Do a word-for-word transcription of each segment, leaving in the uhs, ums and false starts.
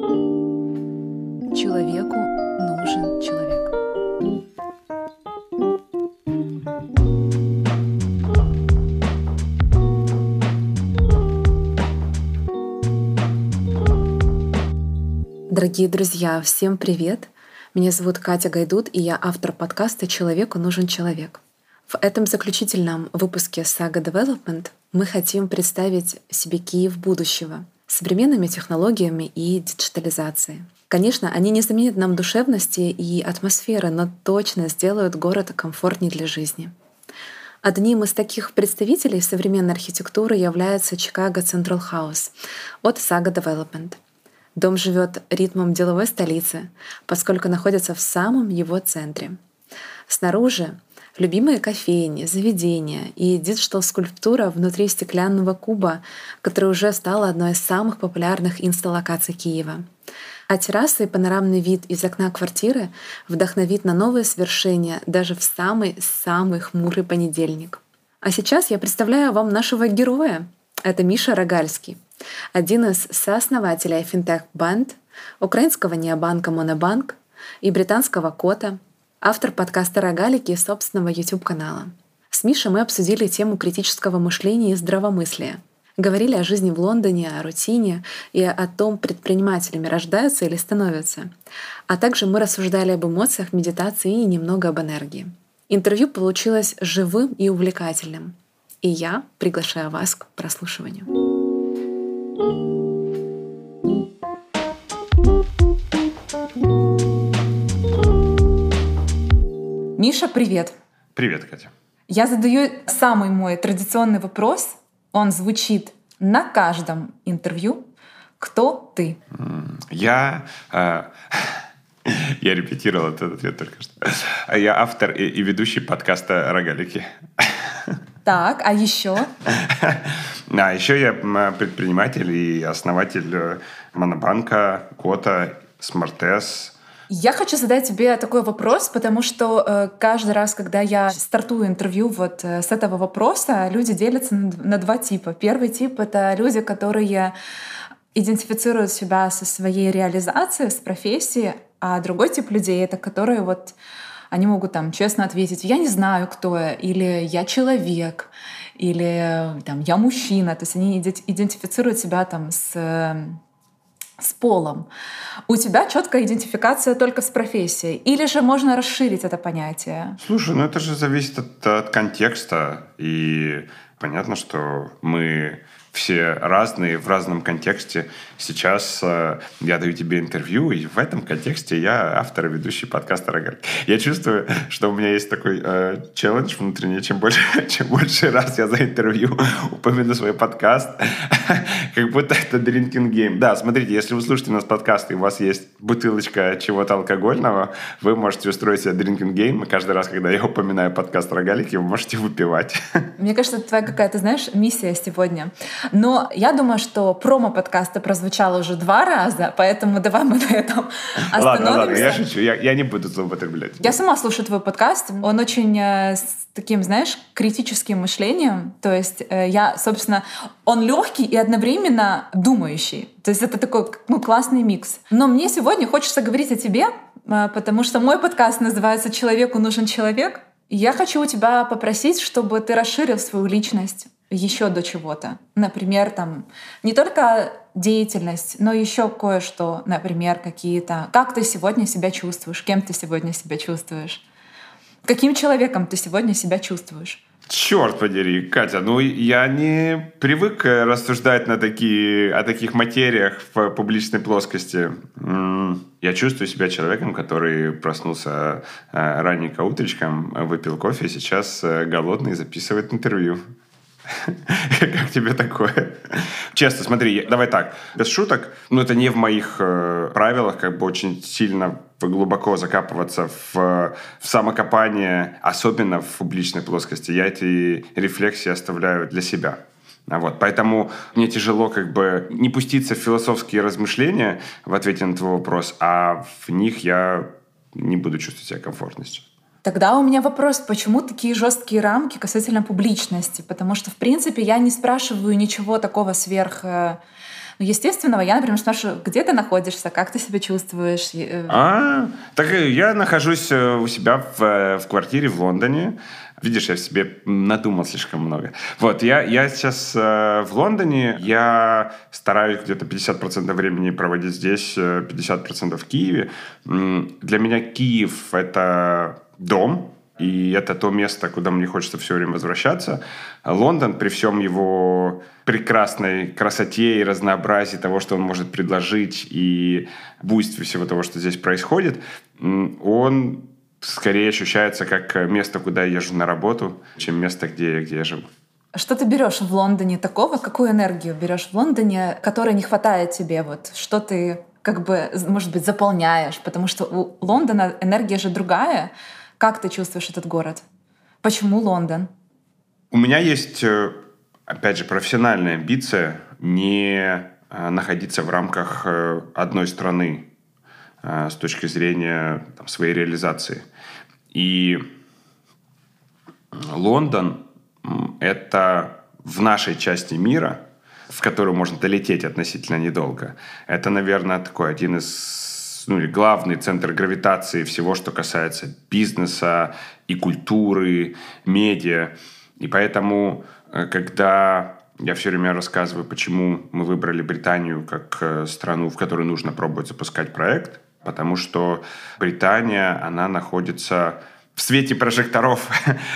Человеку нужен человек. Дорогие друзья, всем привет! Меня зовут Катя Гайдут, и я автор подкаста «Человеку нужен человек». В этом заключительном выпуске Saga Development мы хотим представить себе Киев будущего с современными технологиями и диджитализацией. Конечно, они не заменят нам душевности и атмосферы, но точно сделают город комфортнее для жизни. Одним из таких представителей современной архитектуры является Chicago Central House от Saga Development. Дом живет ритмом деловой столицы, поскольку находится в самом его центре. Снаружи любимые кофейни, заведения и диджитал-скульптура внутри стеклянного куба, которая уже стала одной из самых популярных инсталлокаций Киева. А терраса и панорамный вид из окна квартиры вдохновит на новые свершения даже в самый-самый хмурый понедельник. А сейчас я представляю вам нашего героя. Это Миша Рогальский, один из сооснователей Fintech Band, украинского необанка Монобанк и британского Кота, автор подкаста «Рогалики» и собственного YouTube-канала. С Мишей мы обсудили тему критического мышления и здравомыслия. Говорили о жизни в Лондоне, о рутине и о том, предпринимателями рождаются или становятся. А также мы рассуждали об эмоциях, медитации и немного об энергии. Интервью получилось живым и увлекательным. И я приглашаю вас к прослушиванию. Миша, привет! Привет, Катя. Я задаю самый мой традиционный вопрос. Он звучит на каждом интервью. Кто ты? Я... Э, я репетировал этот ответ только что. Я автор и, и ведущий подкаста «Рогалики». Так, а еще? А еще я предприниматель и основатель Монобанка, Кота, Smartess. Я хочу задать тебе такой вопрос, потому что э, каждый раз, когда я стартую интервью вот э, с этого вопроса, люди делятся на, на два типа. Первый тип — это люди, которые идентифицируют себя со своей реализацией, с профессией, а другой тип людей — это которые вот они могут там честно ответить: «Я не знаю, кто я», или «Я человек», или там «Я мужчина». То есть они идентифицируют себя там с... с полом. У тебя четкая идентификация только с профессией. Или же можно расширить это понятие? Слушай, ну это же зависит от, от контекста. И понятно, что мы все разные, в разном контексте. Сейчас э, я даю тебе интервью, и в этом контексте я автор и ведущий подкаста «Рогалики». Я чувствую, что у меня есть такой э, челлендж внутренний. Чем больше, чем больше раз я за интервью упомяну свой подкаст, как будто это drinking game. Да, смотрите, если вы слушаете у нас подкаст, и у вас есть бутылочка чего-то алкогольного, вы можете устроить себе drinking game, и каждый раз, когда я упоминаю подкаст «Рогалики», вы можете выпивать. Мне кажется, это твоя какая-то, знаешь, миссия сегодня. Но я думаю, что промо-подкаста прозвучало уже два раза, поэтому давай мы на этом остановимся. Ладно, ладно, я шучу, я, я не буду злоупотреблять. Я сама слушаю твой подкаст, он очень э, с таким, знаешь, критическим мышлением, то есть э, я, собственно, он легкий и одновременно думающий, то есть это такой, ну, классный микс. Но мне сегодня хочется говорить о тебе, э, потому что мой подкаст называется «Человеку нужен человек», и я хочу у тебя попросить, чтобы ты расширил свою личность еще до чего-то. Например, там не только деятельность, но еще кое-что, например, какие-то... Как ты сегодня себя чувствуешь? Кем ты сегодня себя чувствуешь? Каким человеком ты сегодня себя чувствуешь? Черт подери, Катя, ну я не привык рассуждать на такие, о таких материях в публичной плоскости. Я чувствую себя человеком, который проснулся ранненько утречком, выпил кофе, и сейчас голодный записывает интервью. Как тебе такое? Честно, смотри, давай так, без шуток, ну это не в моих э, правилах, как бы очень сильно глубоко закапываться в, в самокопание, особенно в публичной плоскости. Я эти рефлексии оставляю для себя. Вот, поэтому мне тяжело как бы не пуститься в философские размышления в ответе на твой вопрос, а в них я не буду чувствовать себя комфортностью. Тогда у меня вопрос, почему такие жесткие рамки касательно публичности? Потому что, в принципе, я не спрашиваю ничего такого сверх Ну, естественно, я, например, спрашиваю, где ты находишься, как ты себя чувствуешь? А, так я нахожусь у себя в, в квартире в Лондоне. Видишь, я в себе надумал слишком много. Вот, я, я сейчас э, в Лондоне. Я стараюсь где-то пятьдесят процентов времени проводить здесь, пятьдесят процентов в Киеве. Для меня Киев — это дом. И это то место, куда мне хочется все время возвращаться. Лондон, при всем его прекрасной красоте и разнообразии того, что он может предложить, и буйстве всего того, что здесь происходит, он скорее ощущается как место, куда я езжу на работу, чем место, где, где я живу. Что ты берешь в Лондоне такого? Какую энергию берешь в Лондоне, которой не хватает тебе? Вот что ты, как бы, может быть, заполняешь? Потому что у Лондона энергия же другая. Как ты чувствуешь этот город? Почему Лондон? У меня есть, опять же, профессиональная амбиция не находиться в рамках одной страны с точки зрения там, своей реализации. И Лондон — это в нашей части мира, в которую можно долететь относительно недолго. Это, наверное, такой один из ну, или главный центр гравитации всего, что касается бизнеса и культуры, медиа. И поэтому, когда я все время рассказываю, почему мы выбрали Британию как страну, в которой нужно пробовать запускать проект, потому что Британия, она находится в свете прожекторов.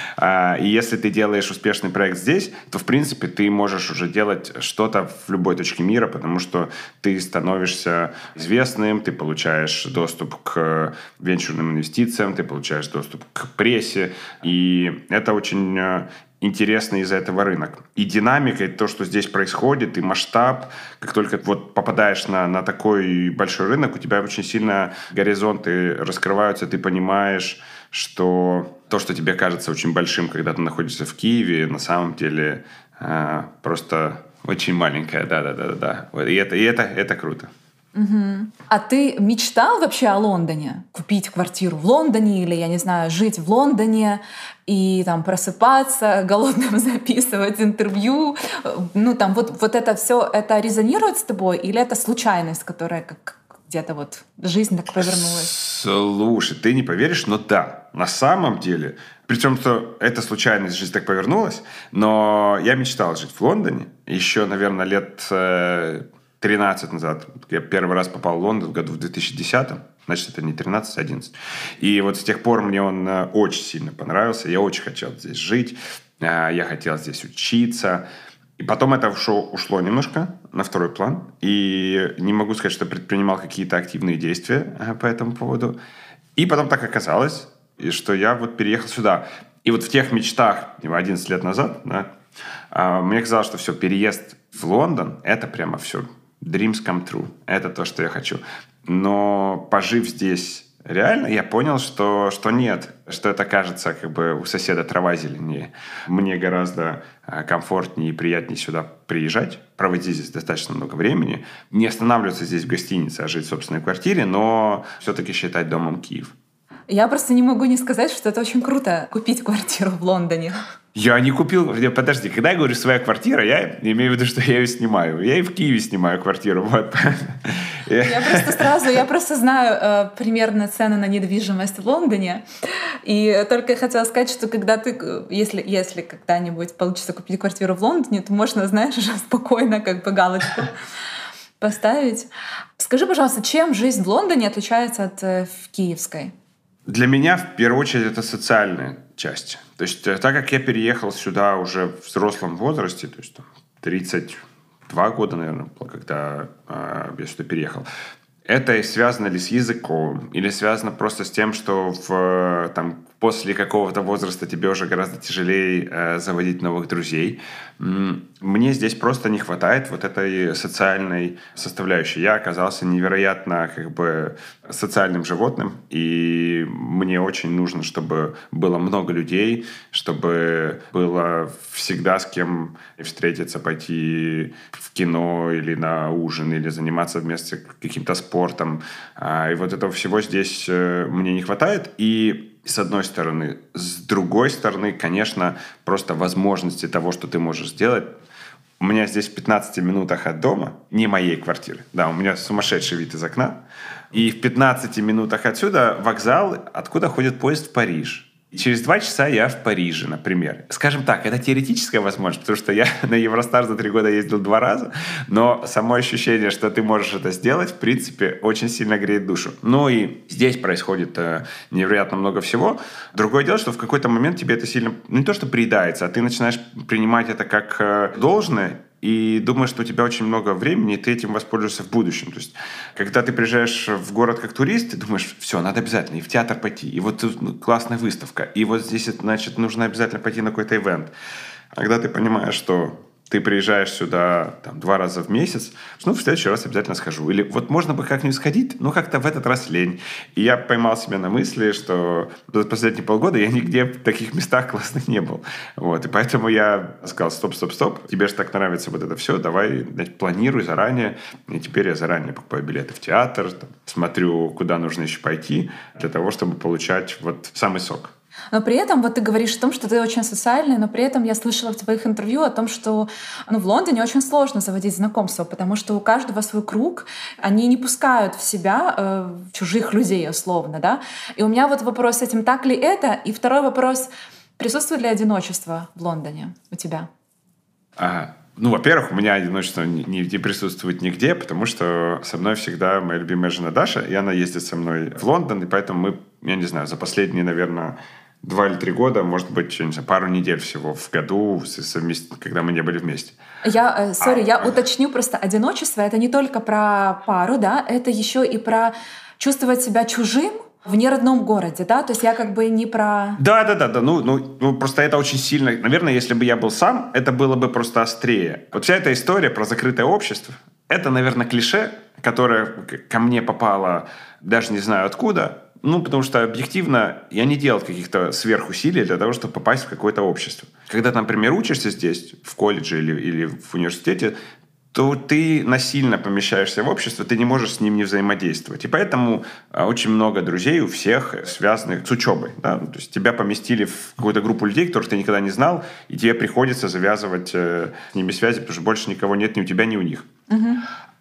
И если ты делаешь успешный проект здесь, то, в принципе, ты можешь уже делать что-то в любой точке мира, потому что ты становишься известным, ты получаешь доступ к венчурным инвестициям, ты получаешь доступ к прессе. И это очень интересный из-за этого рынок. И динамика, и то, что здесь происходит, и масштаб, как только вот попадаешь на, на такой большой рынок, у тебя очень сильно горизонты раскрываются, ты понимаешь, что то, что тебе кажется очень большим, когда ты находишься в Киеве, на самом деле э, просто очень маленькое. Да-да-да. И это, и это, это круто. Угу. А ты мечтал вообще о Лондоне? Купить квартиру в Лондоне или, я не знаю, жить в Лондоне и там просыпаться голодным, записывать интервью? Ну, там вот, вот это все, это резонирует с тобой или это случайность, которая как где-то вот жизнь так повернулась? Слушай, ты не поверишь, но да, на самом деле, причем, что эта случайность, жизнь так повернулась, но я мечтал жить в Лондоне еще, наверное, лет тринадцать назад. Я первый раз попал в Лондон в году в две тысячи десятом, значит, это не тринадцать, а одиннадцать. И вот с тех пор мне он очень сильно понравился, я очень хотел здесь жить, я хотел здесь учиться. И потом это ушло, ушло немножко на второй план. И не могу сказать, что предпринимал какие-то активные действия по этому поводу. И потом так оказалось, что я вот переехал сюда. И вот в тех мечтах одиннадцать лет назад, да, мне казалось, что все, переезд в Лондон – это прямо все dreams come true. Это то, что я хочу. Но пожив здесь реально, я понял, что, что нет, что это кажется, как бы у соседа трава зеленее. Мне гораздо комфортнее и приятнее сюда приезжать, проводить здесь достаточно много времени, не останавливаться здесь в гостинице, а жить в собственной квартире, но все-таки считать домом Киев. Я просто не могу не сказать, что это очень круто купить квартиру в Лондоне. Я не купил... Подожди, когда я говорю «своя квартира», я имею в виду, что я ее снимаю. Я и в Киеве снимаю квартиру. Вот. Я просто сразу, я просто знаю э, примерно цены на недвижимость в Лондоне. И только я хотела сказать, что когда ты, если, если когда-нибудь получится купить квартиру в Лондоне, то можно, знаешь, уже спокойно как бы галочку поставить. Скажи, пожалуйста, чем жизнь в Лондоне отличается от э, киевской? Для меня, в первую очередь, это социальная часть. То есть, так как я переехал сюда уже в взрослом возрасте, то есть там, тридцать два года, наверное, когда э, я сюда переехал, это связано ли с языком, или связано просто с тем, что в, там, после какого-то возраста тебе уже гораздо тяжелее э, заводить новых друзей. Мне здесь просто не хватает вот этой социальной составляющей. Я оказался невероятно как бы социальным животным, и мне очень нужно, чтобы было много людей, чтобы было всегда с кем встретиться, пойти в кино или на ужин, или заниматься вместе каким-то спортом. И вот этого всего здесь мне не хватает. И с одной стороны. С другой стороны, конечно, просто возможности того, что ты можешь сделать, У меня здесь в пятнадцати минутах от дома, не моей квартиры. Да, у меня сумасшедший вид из окна. И в пятнадцати минутах отсюда вокзал, откуда ходит поезд в Париж. И через два часа я в Париже, например. Скажем так, это теоретическая возможность, потому что я на Евростар за три года ездил два раза, но само ощущение, что ты можешь это сделать, в принципе, очень сильно греет душу. Ну и здесь происходит э, невероятно много всего. Другое дело, что в какой-то момент тебе это сильно, ну, не то что приедается, а ты начинаешь принимать это как э, должное, и думаешь, что у тебя очень много времени, и ты этим воспользуешься в будущем. То есть, когда ты приезжаешь в город как турист, ты думаешь, все, надо обязательно и в театр пойти, и вот тут ну, классная выставка, и вот здесь, значит, нужно обязательно пойти на какой-то ивент. А когда ты понимаешь, что ты приезжаешь сюда там, два раза в месяц, ну, в следующий раз обязательно схожу. Или вот можно бы как-нибудь сходить, но как-то в этот раз лень. И я поймал себя на мысли, что за последние полгода я нигде в таких местах классных не был. Вот. И поэтому я сказал, стоп, стоп, стоп, тебе же так нравится вот это все, давай, значит, планируй заранее. И теперь я заранее покупаю билеты в театр, там, смотрю, куда нужно еще пойти, для того, чтобы получать вот самый сок. Но при этом вот ты говоришь о том, что ты очень социальный, но при этом я слышала в твоих интервью о том, что ну, в Лондоне очень сложно заводить знакомства, потому что у каждого свой круг, они не пускают в себя э, чужих людей условно, да? И у меня вот вопрос с этим, так ли это? И второй вопрос, присутствует ли одиночество в Лондоне у тебя? Ага. Ну, во-первых, у меня одиночество не, не присутствует нигде, потому что со мной всегда моя любимая жена Даша, и она ездит со мной в Лондон, и поэтому мы, я не знаю, за последние, наверное, два или три года, может быть, я не знаю, пару недель всего в году, совмест... когда мы не были вместе. Я, сори, а, я уточню просто, одиночество — это не только про пару, да, это еще и про чувствовать себя чужим в неродном городе, да? То есть я как бы не про... Да, да, да, да. Ну, ну, ну, просто это очень сильно... Наверное, если бы я был сам, это было бы просто острее. Вот вся эта история про закрытое общество, это, наверное, клише, которое ко мне попало, даже не знаю откуда. Ну, потому что объективно я не делал каких-то сверхусилий для того, чтобы попасть в какое-то общество. Когда ты, например, учишься здесь, в колледже или, или в университете, то ты насильно помещаешься в общество, ты не можешь с ним не взаимодействовать. И поэтому очень много друзей у всех связанных с учебой. Да? То есть тебя поместили в какую-то группу людей, которых ты никогда не знал, и тебе приходится завязывать с ними связи, потому что больше никого нет ни у тебя, ни у них. Угу.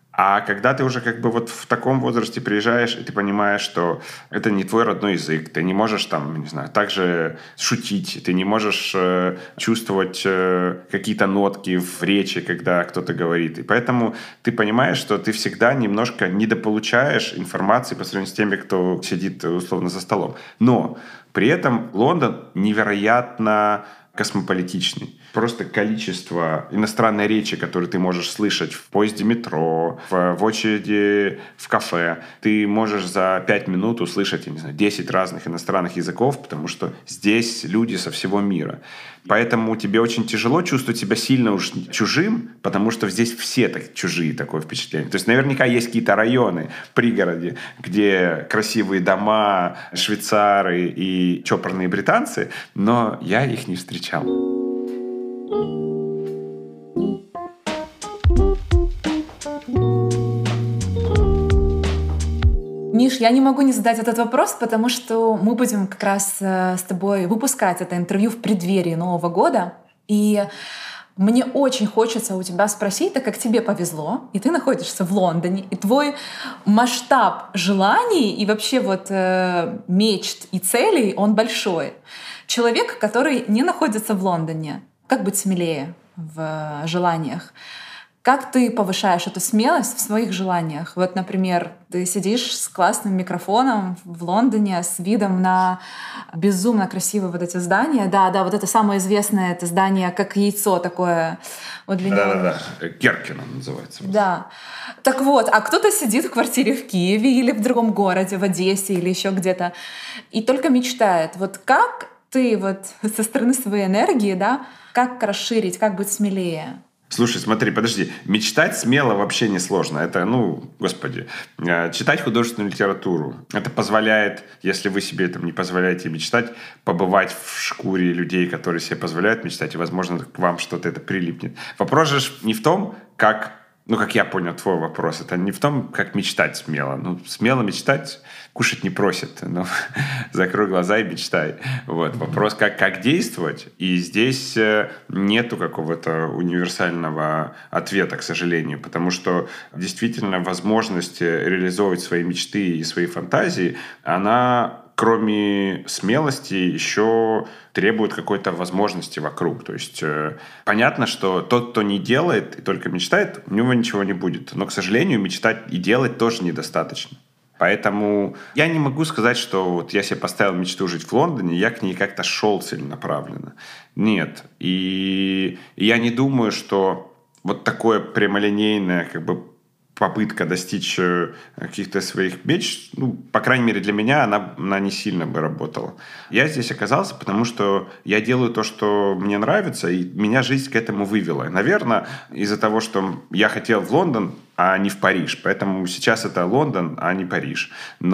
А когда ты уже как бы вот в таком возрасте приезжаешь, и ты понимаешь, что это не твой родной язык, ты не можешь там, не знаю, также шутить, ты не можешь э, чувствовать э, какие-то нотки в речи, когда кто-то говорит. И поэтому ты понимаешь, что ты всегда немножко недополучаешь информации по сравнению с теми, кто сидит условно за столом. Но при этом Лондон невероятно космополитичный. Просто количество иностранной речи, которую ты можешь слышать в поезде метро, в, в очереди в кафе, ты можешь за пять минут услышать, я не знаю, десять разных иностранных языков, потому что здесь люди со всего мира. Поэтому тебе очень тяжело чувствовать себя сильно уж чужим, потому что здесь все так чужие, такое впечатление. То есть наверняка есть какие-то районы в пригороде, где красивые дома, швейцары и чопорные британцы, но я их не встречал. Миш, я не могу не задать этот вопрос, потому что мы будем как раз с тобой выпускать это интервью в преддверии Нового года. И мне очень хочется у тебя спросить, так как тебе повезло, и ты находишься в Лондоне, и твой масштаб желаний и вообще вот э, мечт и целей, он большой. Человек, который не находится в Лондоне, как быть смелее в желаниях? Как ты повышаешь эту смелость в своих желаниях? Вот, например, ты сидишь с классным микрофоном в Лондоне с видом на безумно красивые вот эти здания. Да, да, вот это самое известное, это здание как яйцо такое. Вот для него. Да-да-да, Геркина называется. Да. Так вот, а кто-то сидит в квартире в Киеве или в другом городе, в Одессе или еще где-то, и только мечтает. Вот как ты вот со стороны своей энергии, да, как расширить, как быть смелее? Слушай, смотри, подожди. Мечтать смело вообще не сложно. Это, ну, господи, читать художественную литературу. Это позволяет, если вы себе там не позволяете мечтать, побывать в шкуре людей, которые себе позволяют мечтать, и, возможно, к вам что-то это прилипнет. Вопрос же не в том, как ну, как я понял твой вопрос, это не в том, как мечтать смело. Ну, смело мечтать кушать не просит. Ну, закрой глаза и мечтай. Вот. Вопрос, как, как действовать. И здесь нету какого-то универсального ответа, к сожалению. Потому что действительно возможность реализовывать свои мечты и свои фантазии, она, кроме смелости, еще требует какой-то возможности вокруг. То есть э, понятно, что тот, кто не делает и только мечтает, у него ничего не будет. Но, к сожалению, мечтать и делать тоже недостаточно. Поэтому я не могу сказать, что вот я себе поставил мечту жить в Лондоне, я к ней как-то шел целенаправленно. Нет. И я не думаю, что вот такое прямолинейное как бы попытка достичь каких-то своих мечт, ну, по крайней мере, для меня она, она не сильно бы работала. Я здесь оказался, потому что я делаю то, что мне нравится, и меня жизнь к этому вывела. Наверное, из-за того, что я хотел в Лондон, а не в Париж. Поэтому сейчас это Лондон, а не Париж.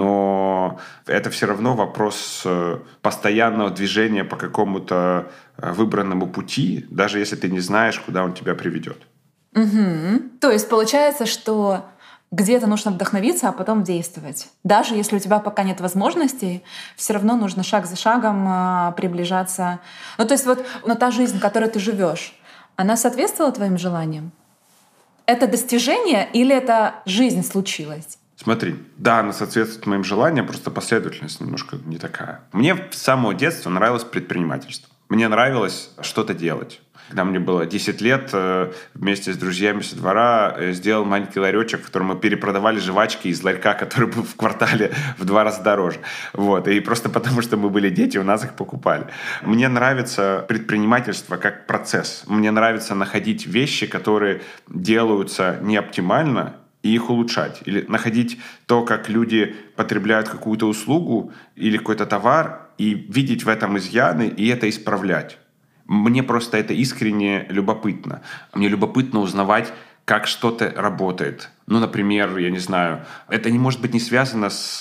Но это все равно вопрос постоянного движения по какому-то выбранному пути, даже если ты не знаешь, куда он тебя приведет. Угу. То есть получается, что где-то нужно вдохновиться, а потом действовать. Даже если у тебя пока нет возможностей, все равно нужно шаг за шагом э, приближаться. Ну, то есть вот ну, та жизнь, в которой ты живешь, она соответствовала твоим желаниям? Это достижение или это жизнь случилась? Смотри, да, она соответствует моим желаниям, просто последовательность немножко не такая. Мне с самого детства нравилось предпринимательство. Мне нравилось что-то делать. Когда мне было десять лет, вместе с друзьями со двора сделал маленький ларечек, в котором мы перепродавали жвачки из ларька, который был в квартале в два раза дороже. Вот. И просто потому, что мы были дети, у нас их покупали. Мне нравится предпринимательство как процесс. Мне нравится находить вещи, которые делаются не оптимально, и их улучшать. Или находить то, как люди потребляют какую-то услугу или какой-то товар, и видеть в этом изъяны, и это исправлять. Мне просто это искренне любопытно. Мне любопытно узнавать, как что-то работает. Ну, например, я не знаю, это не может быть не связано с,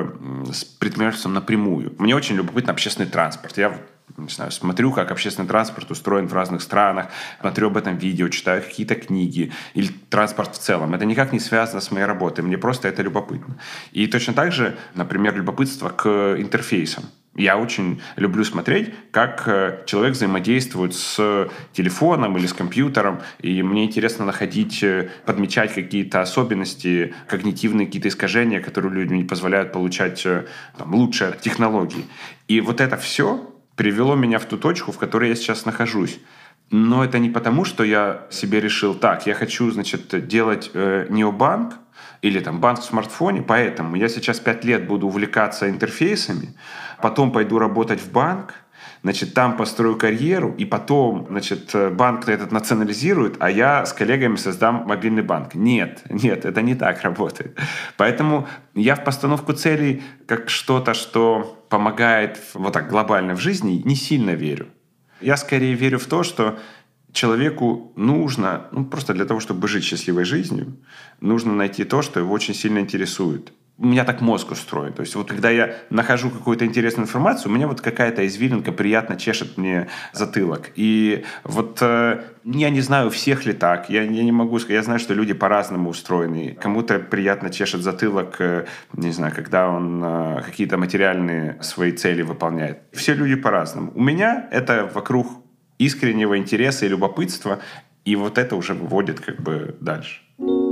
с предпринимательством напрямую. Мне очень любопытно общественный транспорт. Я не знаю, смотрю, как общественный транспорт устроен в разных странах, смотрю об этом видео, читаю какие-то книги или транспорт в целом. Это никак не связано с моей работой. Мне просто это любопытно. И точно так же, например, любопытство к интерфейсам. Я очень люблю смотреть, как человек взаимодействует с телефоном или с компьютером, и мне интересно находить, подмечать какие-то особенности, когнитивные какие-то искажения, которые людям не позволяют получать там, лучшие технологии. И вот это все привело меня в ту точку, в которой я сейчас нахожусь. Но это не потому, что я себе решил, так, я хочу, значит, делать э, необанк, или там банк в смартфоне, поэтому я сейчас пять лет буду увлекаться интерфейсами, потом пойду работать в банк, значит, там построю карьеру, и потом, значит, банк этот национализирует, а я с коллегами создам мобильный банк. Нет, нет, это не так работает. Поэтому я в постановку целей как что-то, что помогает вот так глобально в жизни, не сильно верю. Я скорее верю в то, что человеку нужно, ну, просто для того, чтобы жить счастливой жизнью, нужно найти то, что его очень сильно интересует. У меня так мозг устроен. То есть вот когда я нахожу какую-то интересную информацию, у меня вот какая-то извилинка приятно чешет мне затылок. И вот э, я не знаю, у всех ли так. Я, я не могу сказать. Я знаю, что люди по-разному устроены. Кому-то приятно чешет затылок, э, не знаю, когда он э, какие-то материальные свои цели выполняет. Все люди по-разному. У меня это вокруг искреннего интереса и любопытства, и вот это уже выводит как бы дальше.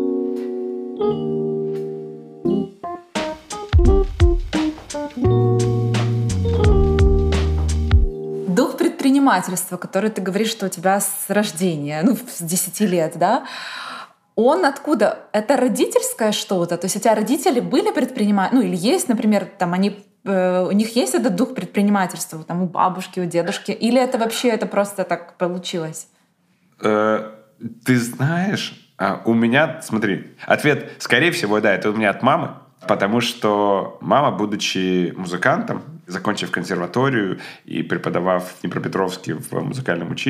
Дух предпринимательства, который ты говоришь, что у тебя с рождения, ну, с десяти лет, да, он откуда? Это родительское что-то? То есть у тебя родители были предприниматели, ну или есть, например, там они у них есть этот дух предпринимательства, там, у бабушки, у дедушки? Или это вообще это просто так получилось? Э, ты знаешь, у меня, смотри, ответ, скорее всего, да, это у меня от мамы, потому что мама, будучи музыкантом, закончив консерваторию и преподавав в Днепропетровске в музыкальном училище,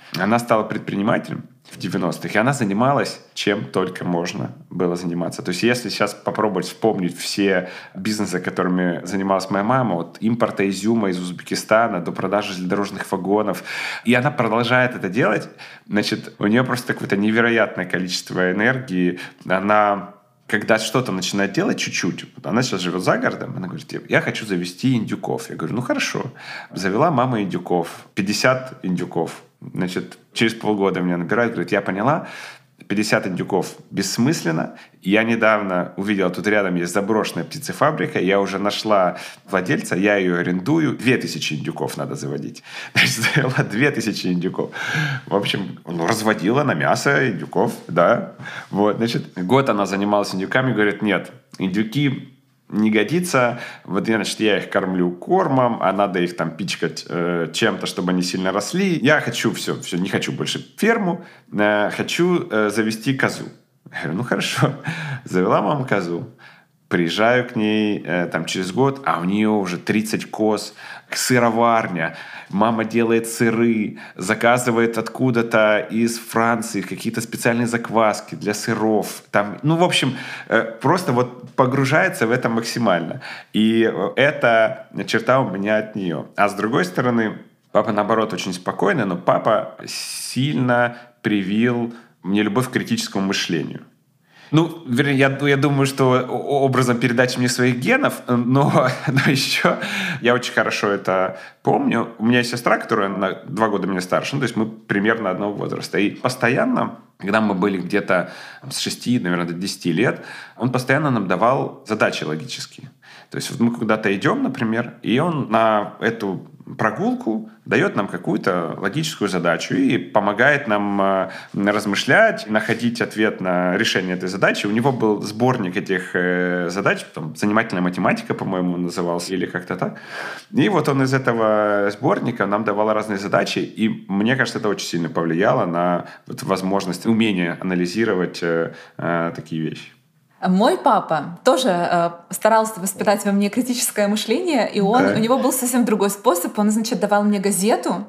Она стала предпринимателем в девяностых, и она занималась чем только можно было заниматься. То есть если сейчас попробовать вспомнить все бизнесы, которыми занималась моя мама, от импорта изюма из Узбекистана до продажи железнодорожных вагонов, и она продолжает это делать, значит, у нее просто какое-то невероятное количество энергии. Она, когда что-то начинает делать чуть-чуть, она сейчас живет за городом, она говорит: я хочу завести индюков. Я говорю: ну хорошо. Завела мама индюков, пятьдесят индюков. Значит, через полгода меня набирают, говорят: я поняла, пятьдесят индюков бессмысленно. Я недавно увидел, тут рядом есть заброшенная птицефабрика, я уже нашла владельца, я ее арендую, две тысячи индюков надо заводить. Значит, завела две тысячи индюков. В общем, ну, разводила на мясо индюков, да. Вот, значит, год она занималась индюками, говорит: нет, индюки не годится. Вот, значит, я их кормлю кормом, а надо их там пичкать э, чем-то, чтобы они сильно росли. Я хочу все, все, не хочу больше ферму, э, хочу э, завести козу. Я говорю: ну хорошо. Завела мама козу. Приезжаю к ней э, там через год, а у нее уже тридцать коз, сыроварня. Мама делает сыры, заказывает откуда-то из Франции какие-то специальные закваски для сыров. Там, ну, в общем, э, просто вот погружается в это максимально. И это черта у меня от нее. А с другой стороны, папа, наоборот, очень спокойный, но папа сильно привил мне любовь к критическому мышлению. Ну, вернее, я, я думаю, что образом передачи мне своих генов, но, но еще я очень хорошо это помню. У меня есть сестра, которая на два года меня старше, ну, то есть мы примерно одного возраста. И постоянно, когда мы были где-то с шести, наверное, до десяти лет, он постоянно нам давал задачи логические. То есть вот мы куда-то идем, например, и он на эту прогулку дает нам какую-то логическую задачу и помогает нам э, размышлять, находить ответ на решение этой задачи. У него был сборник этих э, задач, там, «Занимательная математика», по-моему, он назывался, или как-то так. И вот он из этого сборника нам давал разные задачи, и мне кажется, это очень сильно повлияло на вот, возможность, умение анализировать э, э, такие вещи. Мой папа тоже э, старался воспитать во мне критическое мышление, и он, да. у него был совсем другой способ. Он, значит, давал мне газету,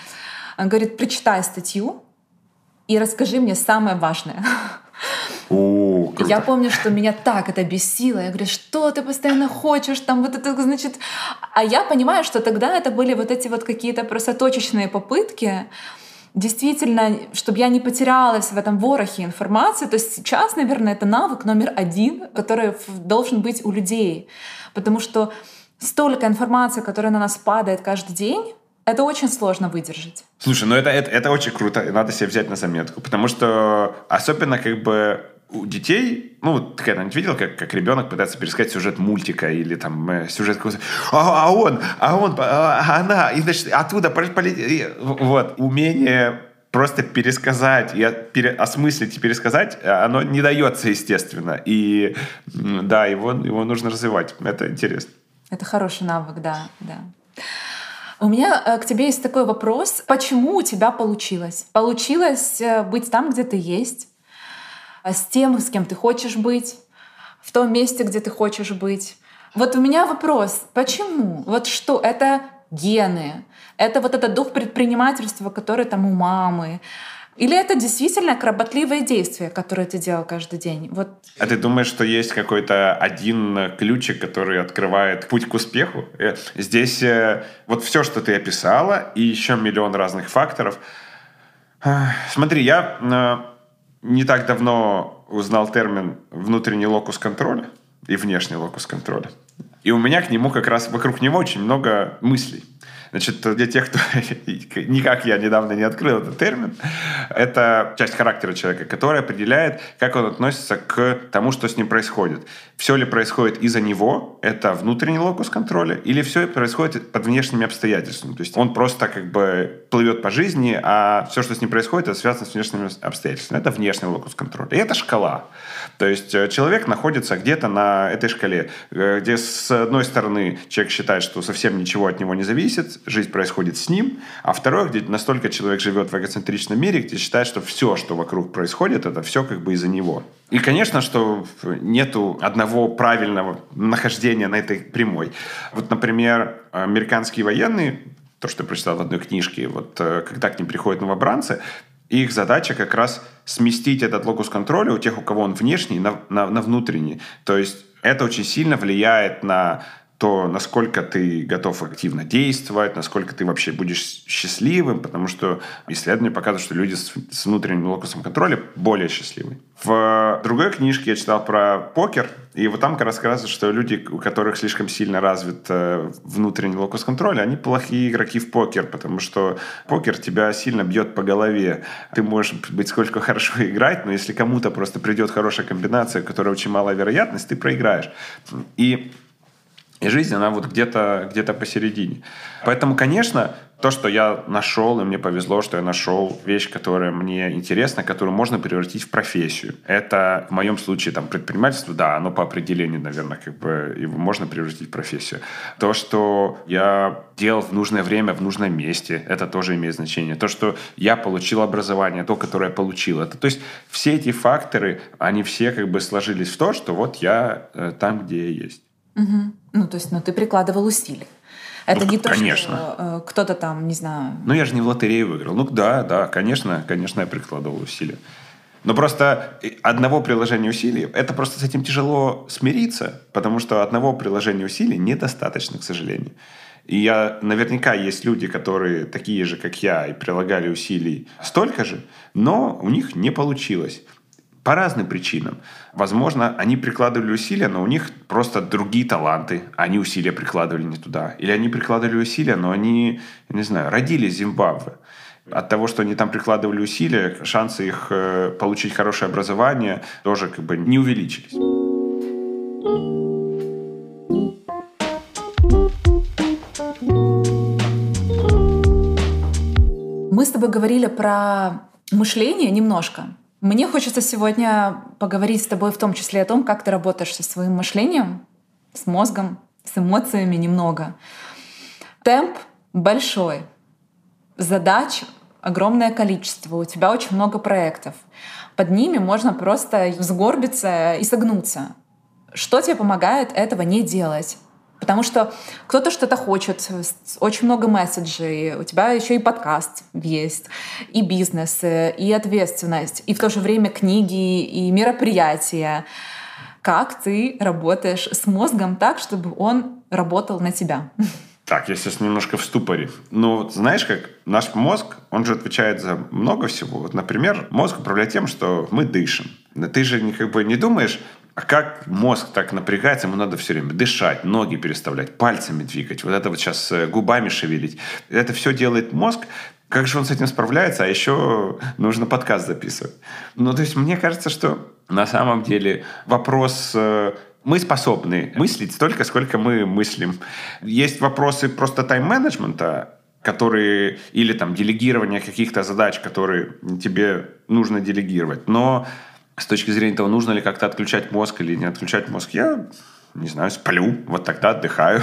он говорит: прочитай статью и расскажи мне самое важное. О, круто. Я помню, что меня так это бесило. Я говорю: что ты постоянно хочешь? Там вот это, значит... А я понимаю, что тогда это были вот эти вот какие-то просто точечные попытки, действительно, чтобы я не потерялась в этом ворохе информации. То есть сейчас, наверное, это навык номер один, который должен быть у людей. Потому что столько информации, которая на нас падает каждый день, это очень сложно выдержать. Слушай, ну это, это, это очень круто, и надо себе взять на заметку. Потому что особенно как бы у детей, ну, ты когда-нибудь видел, как, как ребенок пытается пересказать сюжет мультика или там э, сюжет какого-то... А, а он, а он, а она, и, значит, оттуда... Полетели. Вот, умение просто пересказать и пере, осмыслить и пересказать, оно не дается, естественно. И да, его, его нужно развивать. Это интересно. Это хороший навык, да, да. У меня к тебе есть такой вопрос. Почему у тебя получилось? Получилось быть там, где ты есть, с тем, с кем ты хочешь быть, в том месте, где ты хочешь быть. Вот у меня вопрос. Почему? Вот что? Это гены? Это вот этот дух предпринимательства, который там у мамы? Или это действительно кропотливое действие, которое ты делал каждый день? Вот. А ты думаешь, что есть какой-то один ключик, который открывает путь к успеху? Здесь вот все, что ты описала, и еще миллион разных факторов. Смотри, я не так давно узнал термин «внутренний локус контроля» и «внешний локус контроля». И у меня к нему как раз, вокруг него очень много мыслей. Значит, для тех, кто никак я недавно не открыл этот термин, это часть характера человека, которая определяет, как он относится к тому, что с ним происходит. Все ли происходит из-за него, это внутренний локус контроля, или все происходит под внешними обстоятельствами. То есть он просто как бы плывет по жизни, а все, что с ним происходит, это связано с внешними обстоятельствами. Это внешний локус контроля. И это шкала. То есть человек находится где-то на этой шкале, где с одной стороны человек считает, что совсем ничего от него не зависит, жизнь происходит с ним, а второе, где настолько человек живет в эгоцентричном мире, где считает, что все, что вокруг происходит, это все как бы из-за него. И, конечно, что нету одного правильного нахождения на этой прямой. Вот, например, американские военные, то, что я прочитал в одной книжке, вот когда к ним приходят новобранцы, их задача как раз сместить этот локус контроля у тех, у кого он внешний, на, на, на внутренний. То есть это очень сильно влияет на то, насколько ты готов активно действовать, насколько ты вообще будешь счастливым, потому что исследования показывают, что люди с, с внутренним локусом контроля более счастливы. В другой книжке я читал про покер, и вот там как раз рассказывается, что люди, у которых слишком сильно развит э, внутренний локус контроля, они плохие игроки в покер, потому что покер тебя сильно бьет по голове. Ты можешь быть сколько хорошо играть, но если кому-то просто придет хорошая комбинация, у которой очень малая вероятность, ты проиграешь. И И жизнь, она вот где-то, где-то посередине. Поэтому, конечно, то, что я нашел, и мне повезло, что я нашел вещь, которая мне интересна, которую можно превратить в профессию. Это в моем случае там, предпринимательство, да, оно по определению, наверное, как бы его можно превратить в профессию. То, что я делал в нужное время, в нужном месте, это тоже имеет значение. То, что я получил образование, то, которое я получил. Это, то есть все эти факторы, они все как бы сложились в то, что вот я э, там, где я есть. Угу. Ну, то есть, ну, ты прикладывал усилия. Это ну, не то, конечно. что э, кто-то там, не знаю... Ну, я же не в лотерею выиграл. Ну, да, да, конечно, конечно, я прикладывал усилия. Но просто одного приложения усилий, это просто с этим тяжело смириться, потому что одного приложения усилий недостаточно, к сожалению. И я, наверняка есть люди, которые такие же, как я, и прилагали усилий столько же, но у них не получилось. По разным причинам. Возможно, они прикладывали усилия, но у них просто другие таланты. Они усилия прикладывали не туда. Или они прикладывали усилия, но они, я не знаю, родились в Зимбабве. От того, что они там прикладывали усилия, шансы их э, получить хорошее образование тоже как бы не увеличились. Мы с тобой говорили про мышление немножко. Мне хочется сегодня поговорить с тобой в том числе о том, как ты работаешь со своим мышлением, с мозгом, с эмоциями немного. Темп большой, задач огромное количество, у тебя очень много проектов. Под ними можно просто сгорбиться и согнуться. Что тебе помогает этого не делать? Потому что кто-то что-то хочет, очень много месседжей, у тебя еще и подкаст есть, и бизнес, и ответственность, и в то же время книги, и мероприятия. Как ты работаешь с мозгом так, чтобы он работал на тебя? Так, я сейчас немножко в ступоре. Ну, вот знаешь, как наш мозг, он же отвечает за много всего. Вот, например, мозг управляет тем, что мы дышим. Ты же как бы не думаешь, а как мозг так напрягается, ему надо все время дышать, ноги переставлять, пальцами двигать, вот это вот сейчас губами шевелить. Это все делает мозг. Как же он с этим справляется? А еще нужно подкаст записывать. Ну, то есть мне кажется, что на самом деле вопрос... Мы способны мыслить столько, сколько мы мыслим. Есть вопросы просто тайм-менеджмента, которые... Или там делегирования каких-то задач, которые тебе нужно делегировать. Но... С точки зрения того, нужно ли как-то отключать мозг или не отключать мозг, я, не знаю, сплю, вот тогда отдыхаю.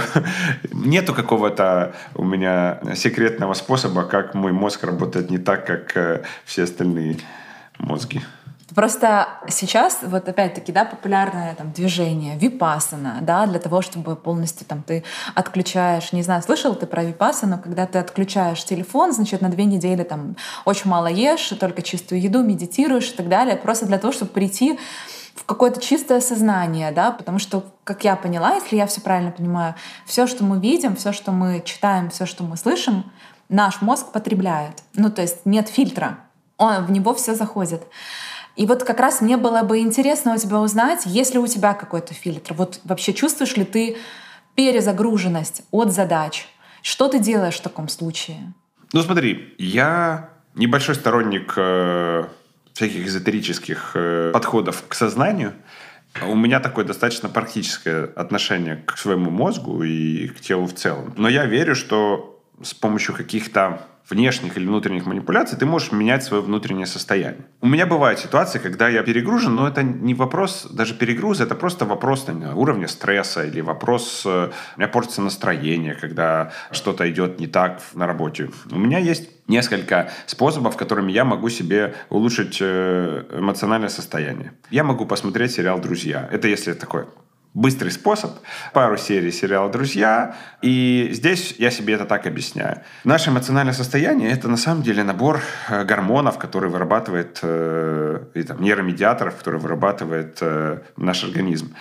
Нету какого-то у меня секретного способа, как мой мозг работает не так, как все остальные мозги. Просто сейчас, вот опять-таки, да, популярное там движение випассана, да, для того, чтобы полностью там ты отключаешь, не знаю, слышал ты про випассану, когда ты отключаешь телефон, значит, на две недели там очень мало ешь, только чистую еду, медитируешь и так далее, просто для того, чтобы прийти в какое-то чистое сознание, да, потому что, как я поняла, если я все правильно понимаю, все, что мы видим, все, что мы читаем, все, что мы слышим, наш мозг потребляет. Ну, то есть нет фильтра, он, в него все заходит. И вот как раз мне было бы интересно у тебя узнать, есть ли у тебя какой-то фильтр. Вот вообще чувствуешь ли ты перезагруженность от задач? Что ты делаешь в таком случае? Ну смотри, я небольшой сторонник э, всяких эзотерических э, подходов к сознанию. У меня такое достаточно практическое отношение к своему мозгу и к телу в целом. Но я верю, что с помощью каких-то внешних или внутренних манипуляций ты можешь менять свое внутреннее состояние. У меня бывают ситуации, когда я перегружен, но это не вопрос даже перегруза, это просто вопрос знаю, уровня стресса или вопрос, у меня портится настроение, когда что-то идет не так на работе. У меня есть несколько способов, которыми я могу себе улучшить эмоциональное состояние. Я могу посмотреть сериал «Друзья». Это если такое быстрый способ. Пару серий сериала «Друзья». И здесь я себе это так объясняю. Наше эмоциональное состояние – это на самом деле набор гормонов, которые вырабатывает, и там, нейромедиаторов, которые вырабатывает наш организм.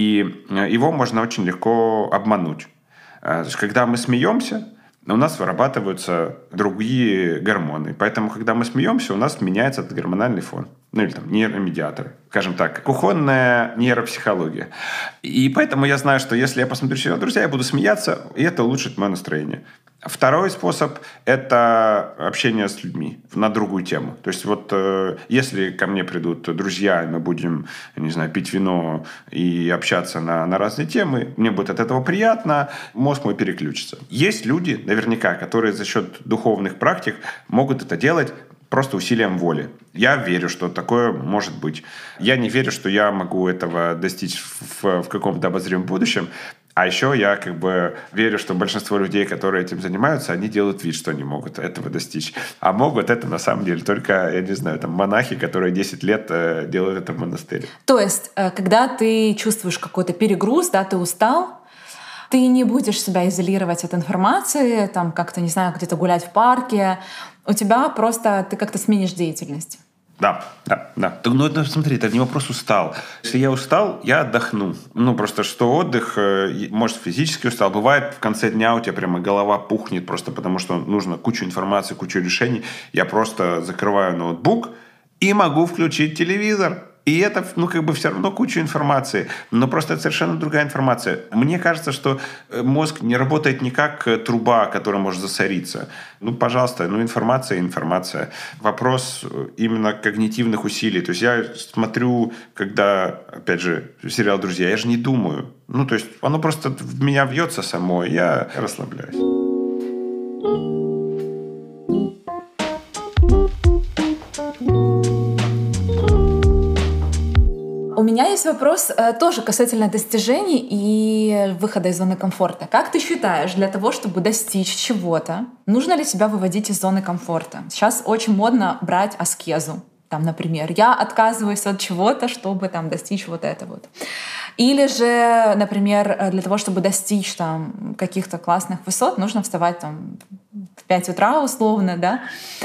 И его можно очень легко обмануть. То есть, когда мы смеемся, у нас вырабатываются другие гормоны. Поэтому, когда мы смеемся, у нас меняется этот гормональный фон. Ну, или там нейромедиаторы. Скажем так, кухонная нейропсихология. И поэтому я знаю, что если я посмотрю сериал «Друзья», я буду смеяться, и это улучшит мое настроение. Второй способ – это общение с людьми на другую тему. То есть вот э, если ко мне придут друзья, и мы будем, не знаю, пить вино и общаться на, на разные темы, мне будет от этого приятно, мозг мой переключится. Есть люди, наверняка, которые за счет духовных практик могут это делать просто усилием воли. Я верю, что такое может быть. Я не верю, что я могу этого достичь в, в каком-то обозримом будущем. А еще я как бы верю, что большинство людей, которые этим занимаются, они делают вид, что они могут этого достичь. А могут это на самом деле только, я не знаю, там монахи, которые десять лет э, делают это в монастыре. То есть, э, когда ты чувствуешь какой-то перегруз, да, ты устал, ты не будешь себя изолировать от информации, там как-то, не знаю, где-то гулять в парке. У тебя просто ты как-то сменишь деятельность. Да, да, да. Ну, это, смотри, это не вопрос устал. Если я устал, я отдохну. Ну, просто что отдых, может, физически устал. Бывает, в конце дня у тебя прямо голова пухнет, просто потому что нужно кучу информации, кучу решений. Я просто закрываю ноутбук и могу включить телевизор. И это, ну, как бы все равно куча информации. Но просто это совершенно другая информация. Мне кажется, что мозг не работает не как труба, которая может засориться. Ну, пожалуйста, ну, информация и информация. Вопрос именно когнитивных усилий. То есть я смотрю, когда, опять же, сериал «Друзья», я же не думаю. Ну, то есть оно просто в меня вьется само, и я расслабляюсь. У меня есть вопрос э, тоже касательно достижений и выхода из зоны комфорта. Как ты считаешь, для того, чтобы достичь чего-то, нужно ли себя выводить из зоны комфорта? Сейчас очень модно брать аскезу. Там, например, я отказываюсь от чего-то, чтобы там, достичь вот это вот. Или же, например, для того, чтобы достичь там, каких-то классных высот, нужно вставать там, в пять утра условно, да,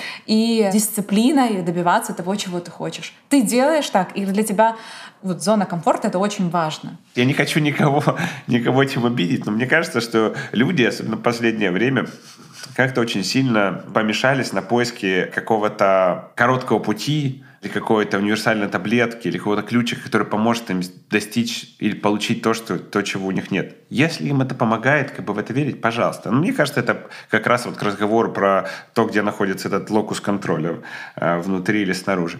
и дисциплиной добиваться того, чего ты хочешь. Ты делаешь так, или для тебя вот зона комфорта — это очень важно? Я не хочу никого, никого этим обидеть, но мне кажется, что люди, особенно в последнее время, как-то очень сильно помешались на поиске какого-то короткого пути или какой-то универсальной таблетки, или какого-то ключика, который поможет им достичь или получить то, что, то, чего у них нет. Если им это помогает, как бы в это верить, пожалуйста. Но мне кажется, это как раз вот к разговору про то, где находится этот локус контроля, внутри или снаружи.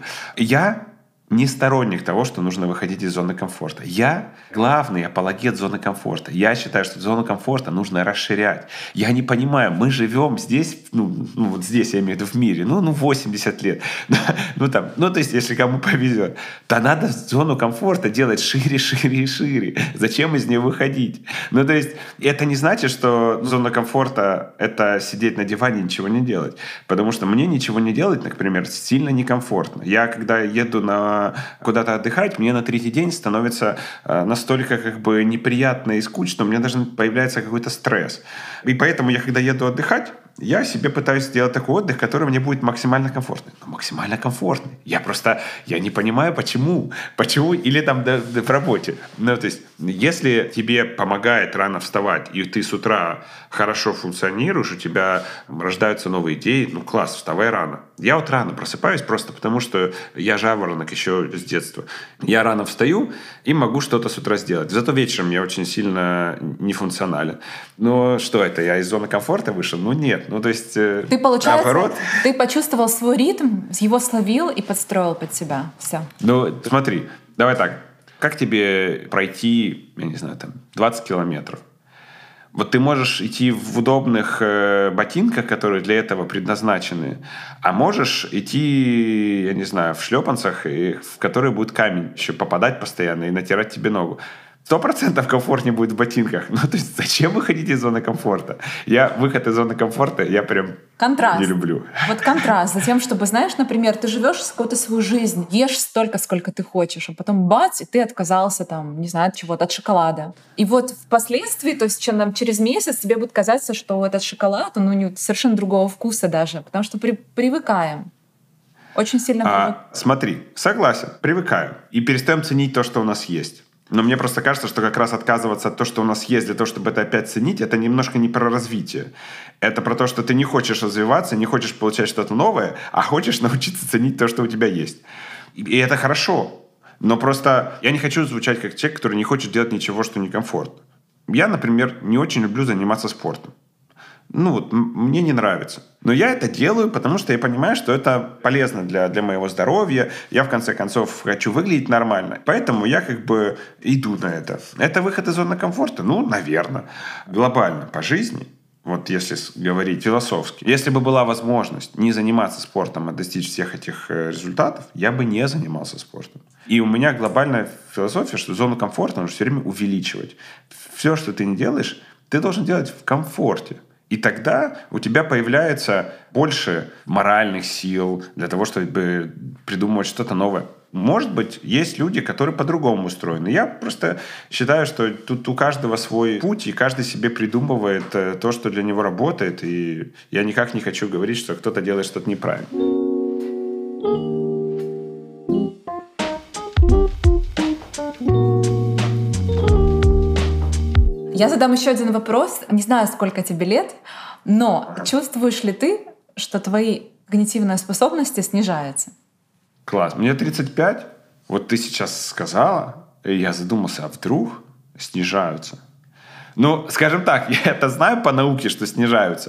Я не сторонник того, что нужно выходить из зоны комфорта. Я главный апологет зоны комфорта. Я считаю, что зону комфорта нужно расширять. Я не понимаю, мы живем здесь, ну, ну вот здесь, я имею в виду в мире, ну, ну восемьдесят лет. ну, там, ну, то есть, если кому повезет, то надо зону комфорта делать шире, шире и шире. Зачем из нее выходить? Ну, то есть, это не значит, что зона комфорта — это сидеть на диване и ничего не делать. Потому что мне ничего не делать, например, сильно некомфортно. Я, когда еду на куда-то отдыхать, мне на третий день становится настолько как бы неприятно и скучно, у меня даже появляется какой-то стресс. И поэтому я, когда еду отдыхать, я себе пытаюсь сделать такой отдых, который мне будет максимально комфортный. Ну, максимально комфортный. Я просто, я не понимаю, почему. Почему? Или там да, да, в работе. Ну, то есть, если тебе помогает рано вставать, и ты с утра хорошо функционируешь, у тебя рождаются новые идеи, ну, класс, вставай рано. Я вот рано просыпаюсь просто потому, что я жаворонок еще с детства. Я рано встаю и могу что-то с утра сделать. Зато вечером я очень сильно нефункционален. Но что это, я из зоны комфорта вышел? Ну, нет. Ну, то есть, ты, получается, наоборот. Ты почувствовал свой ритм, его словил и подстроил под себя. Все. Ну, смотри, давай так. Как тебе пройти, я не знаю, там, двадцать километров? Вот ты можешь идти в удобных э, ботинках, которые для этого предназначены, а можешь идти, я не знаю, в шлепанцах, и, в которые будет камень еще попадать постоянно и натирать тебе ногу. Сто процентов комфортнее будет в ботинках. Ну, то есть зачем выходить из зоны комфорта? Я выход из зоны комфорта, я прям контраст. Не люблю. Вот контраст. Затем, чтобы, знаешь, например, ты живешь какую-то свою жизнь, ешь столько, сколько ты хочешь, а потом бац, и ты отказался там, не знаю, от чего-то, от шоколада. И вот впоследствии, то есть чем, там, через месяц тебе будет казаться, что этот шоколад, он ну, не, совершенно другого вкуса даже, потому что при, привыкаем. Очень сильно привыкаем. А, смотри, согласен, привыкаем. И перестаем ценить то, что у нас есть. Но мне просто кажется, что как раз отказываться от того, что у нас есть, для того, чтобы это опять ценить, это немножко не про развитие. Это про то, что ты не хочешь развиваться, не хочешь получать что-то новое, а хочешь научиться ценить то, что у тебя есть. И это хорошо. Но просто я не хочу звучать как человек, который не хочет делать ничего, что некомфортно. Я, например, не очень люблю заниматься спортом. Ну вот, мне не нравится. Но я это делаю, потому что я понимаю, что это полезно для, для моего здоровья. Я, в конце концов, хочу выглядеть нормально. Поэтому я как бы иду на это. Это выход из зоны комфорта? Ну, наверное. Глобально, по жизни, вот если говорить философски, если бы была возможность не заниматься спортом, а достичь всех этих результатов, я бы не занимался спортом. И у меня глобальная философия, что зону комфорта нужно все время увеличивать. Все, что ты не делаешь, ты должен делать в комфорте. И тогда у тебя появляется больше моральных сил для того, чтобы придумывать что-то новое. Может быть, есть люди, которые по-другому устроены. Я просто считаю, что тут у каждого свой путь, и каждый себе придумывает то, что для него работает. И я никак не хочу говорить, что кто-то делает что-то неправильно. Я задам еще один вопрос. Не знаю, сколько тебе лет, но чувствуешь ли ты, что твои когнитивные способности снижаются? Класс. Мне тридцать пять. Вот ты сейчас сказала, и я задумался, а вдруг снижаются? Ну, скажем так, я это знаю по науке, что снижаются,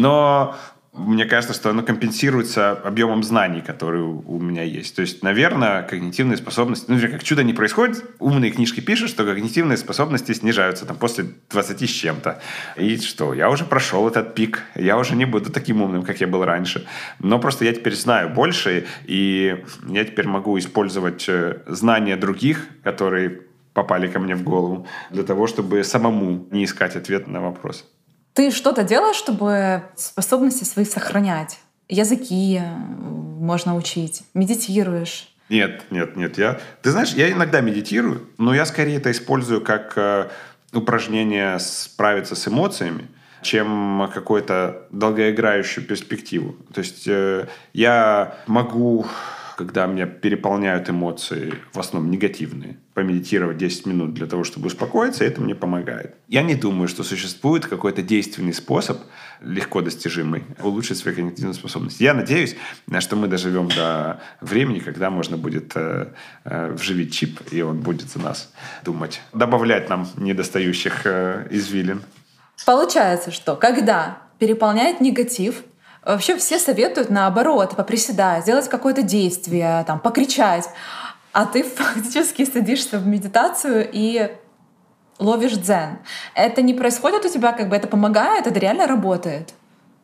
но мне кажется, что оно компенсируется объемом знаний, которые у меня есть. То есть, наверное, когнитивные способности... Ну, как чудо не происходит. Умные книжки пишут, что когнитивные способности снижаются там, после двадцати с чем-то. И что? Я уже прошел этот пик. Я уже не буду таким умным, как я был раньше. Но просто я теперь знаю больше, и я теперь могу использовать знания других, которые попали ко мне в голову, для того, чтобы самому не искать ответ на вопрос. Ты что-то делаешь, чтобы способности свои сохранять? Языки можно учить, медитируешь? Нет, нет, нет. Я, ты знаешь, я иногда медитирую, но я скорее это использую как э, упражнение справиться с эмоциями, чем какую-то долгоиграющую перспективу. То есть э, я могу, когда меня переполняют эмоции, в основном негативные, помедитировать десять минут для того, чтобы успокоиться, и это мне помогает. Я не думаю, что существует какой-то действенный способ, легко достижимый, улучшить свои когнитивные способности. Я надеюсь, что мы доживем до времени, когда можно будет э, э, вживить чип, и он будет за нас думать, добавлять нам недостающих э, извилин. Получается, что когда переполняет негатив, вообще все советуют наоборот, поприседать, сделать какое-то действие, там, покричать. А ты фактически садишься в медитацию и ловишь дзен. Это не происходит у тебя, как бы это помогает, это реально работает?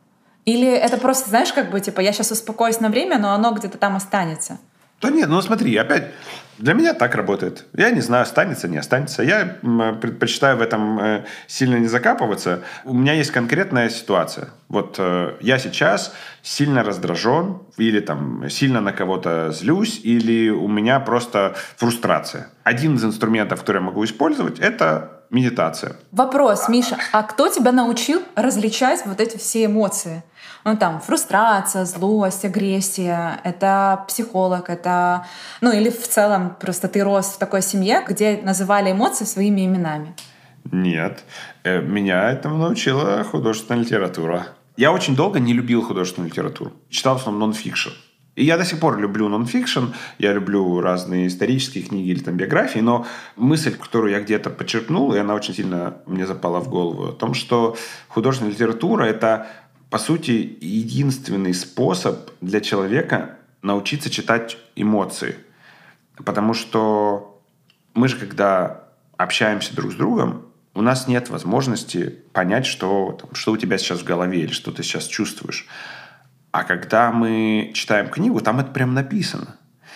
Или это просто, знаешь, как бы, типа, я сейчас успокоюсь на время, но оно где-то там останется? Да нет, ну смотри, опять, для меня так работает. Я не знаю, останется, не останется. Я предпочитаю в этом сильно не закапываться. У меня есть конкретная ситуация. Вот я сейчас сильно раздражен, или там сильно на кого-то злюсь, или у меня просто фрустрация. Один из инструментов, который я могу использовать, это медитация. Вопрос, Миша, а кто тебя научил различать вот эти все эмоции? Ну, там, фрустрация, злость, агрессия. Это психолог, это... Ну, или в целом просто ты рос в такой семье, где называли эмоции своими именами. Нет. Меня этому научила художественная литература. Я очень долго не любил художественную литературу. Читал в основном нон-фикшн. И я до сих пор люблю нон-фикшн, я люблю разные исторические книги или там биографии, но мысль, которую я где-то почерпнул, и она очень сильно мне запала в голову, о том, что художественная литература — это, по сути, единственный способ для человека научиться читать эмоции. Потому что мы же, когда общаемся друг с другом, у нас нет возможности понять, что, там, что у тебя сейчас в голове или что ты сейчас чувствуешь. А когда мы читаем книгу, там это прям написано.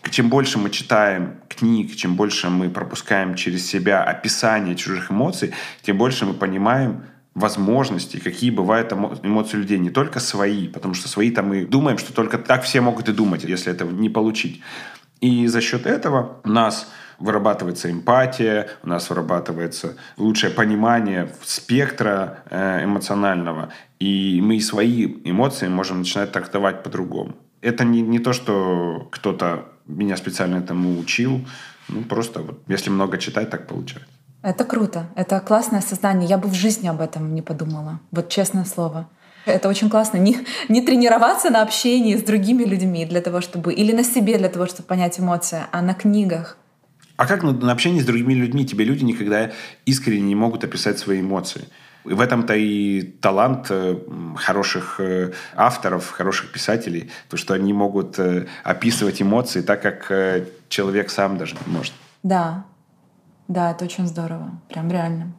Чем больше мы читаем книг, чем больше мы пропускаем через себя описание чужих эмоций, тем больше мы понимаем возможности, какие бывают эмоции людей, не только свои, потому что свои-то мы думаем, что только так все могут и думать, если этого не получить. И за счет этого у нас вырабатывается эмпатия, у нас вырабатывается лучшее понимание спектра эмоционального, и мы свои эмоции можем начинать трактовать по-другому. Это не, не то, что кто-то меня специально этому учил, ну просто вот, если много читать, так получается. Это круто. Это классное осознание. Я бы в жизни об этом не подумала. Вот честное слово. Это очень классно. Не, не тренироваться на общении с другими людьми для того, чтобы... Или на себе для того, чтобы понять эмоции, а на книгах. А как на, на общении с другими людьми? Тебе люди никогда искренне не могут описать свои эмоции. И в этом-то и талант хороших авторов, хороших писателей. То, что они могут описывать эмоции так, как человек сам даже не может. Да. Да, это очень здорово. Прям реально.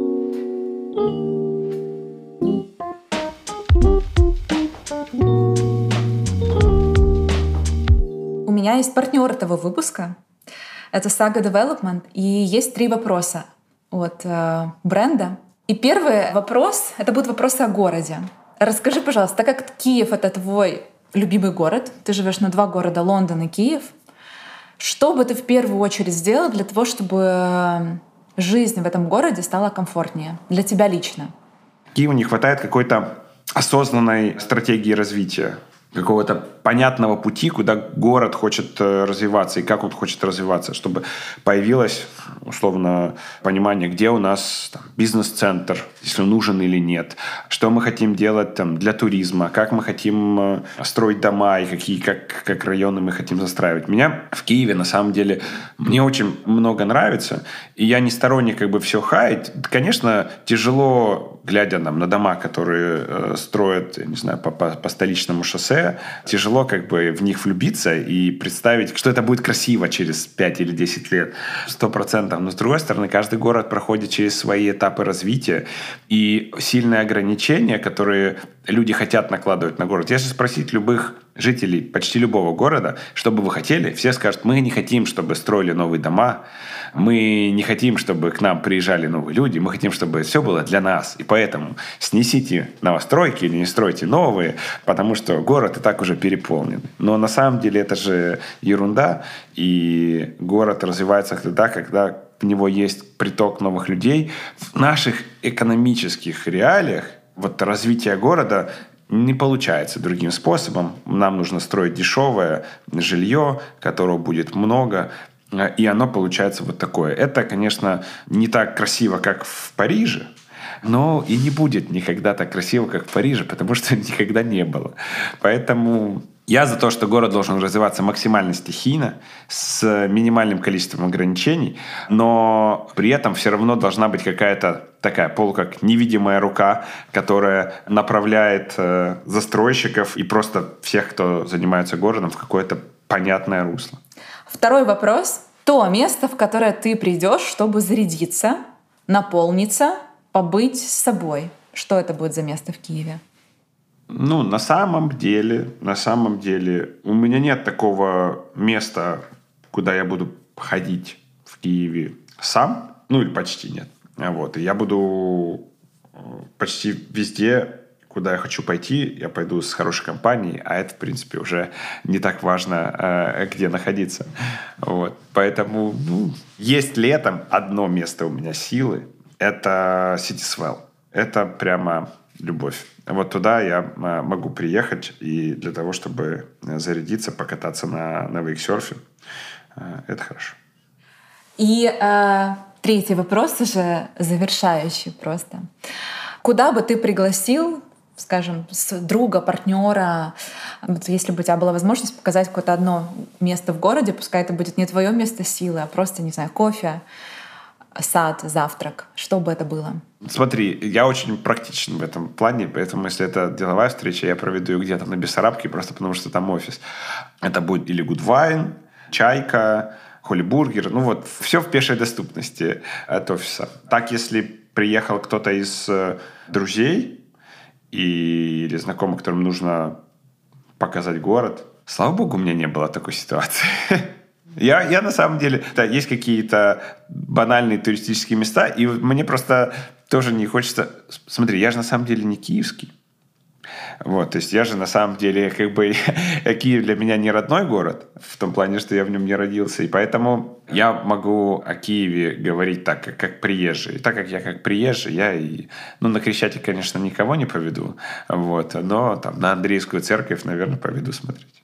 У меня есть партнер этого выпуска. Это Saga Development. И есть три вопроса от э, бренда. И первый вопрос — это будут вопросы о городе. Расскажи, пожалуйста, так как Киев — это твой любимый город, ты живешь на два города, Лондон и Киев, что бы ты в первую очередь сделал для того, чтобы жизнь в этом городе стала комфортнее для тебя лично? Киеву не хватает какой-то осознанной стратегии развития, какого-то понятного пути, куда город хочет развиваться и как он хочет развиваться, чтобы появилось, условно, понимание, где у нас там, бизнес-центр, если он нужен или нет, что мы хотим делать там, для туризма, как мы хотим строить дома и какие, как, как районы мы хотим застраивать. Меня в Киеве, на самом деле, мне очень много нравится, и я не сторонник как бы все хаять. Конечно, тяжело, глядя нам на дома, которые э, строят, я не знаю, по, по, по столичному шоссе, тяжело как бы в них влюбиться и представить, что это будет красиво через пять или десять лет. Сто процентов. Но с другой стороны, каждый город проходит через свои этапы развития, и сильные ограничения, которые люди хотят накладывать на город. Если спросить любых жителей почти любого города, что бы вы хотели, все скажут: мы не хотим, чтобы строили новые дома, мы не хотим, чтобы к нам приезжали новые люди, мы хотим, чтобы все было для нас. И поэтому снесите новостройки или не стройте новые, потому что город и так уже переполнен. Но на самом деле это же ерунда, и город развивается тогда, когда в него есть приток новых людей. В наших экономических реалиях вот развитие города не получается другим способом. Нам нужно строить дешевое жилье, которого будет много, и оно получается вот такое. Это, конечно, не так красиво, как в Париже, но и не будет никогда так красиво, как в Париже, потому что никогда не было. Поэтому я за то, что город должен развиваться максимально стихийно, с минимальным количеством ограничений, но при этом все равно должна быть какая-то такая полу как невидимая рука, которая направляет э, застройщиков и просто всех, кто занимается городом, в какое-то понятное русло. Второй вопрос. То место, в которое ты придешь, чтобы зарядиться, наполниться, побыть с собой. Что это будет за место в Киеве? Ну, на самом деле, на самом деле, у меня нет такого места, куда я буду ходить в Киеве сам. Ну, или почти нет. Вот. И я буду почти везде, куда я хочу пойти, я пойду с хорошей компанией, а это, в принципе, уже не так важно, где находиться. Вот. Поэтому ну, есть летом одно место у меня силы. Это Ситисвелл. Это прямо любовь. Вот туда я могу приехать и для того, чтобы зарядиться, покататься на, на вейксерфе. Это хорошо. И э, третий вопрос уже завершающий просто. Куда бы ты пригласил, скажем, друга, партнера, вот если бы у тебя была возможность показать какое-то одно место в городе, пускай это будет не твое место силы, а просто, не знаю, кофе, сад, завтрак, что бы это было? Смотри, я очень практичен в этом плане, поэтому если это деловая встреча, я проведу ее где-то на Бессарабке, просто потому что там офис. Это будет или Гудвайн, Чайка, Холибургер, ну вот, все в пешей доступности от офиса. Так, если приехал кто-то из друзей и, или знакомых, которым нужно показать город, слава богу, у меня не было такой ситуации. Я, я на самом деле... Да, есть какие-то банальные туристические места, и мне просто тоже не хочется... Смотри, я же на самом деле не киевский. Вот, то есть я же на самом деле, как бы, Киев для меня не родной город, в том плане, что я в нем не родился, и поэтому я могу о Киеве говорить так, как, как приезжий. И так как я как приезжий, я и, ну, на Крещатик, конечно, никого не поведу, вот, но там на Андреевскую церковь, наверное, поведу смотреть.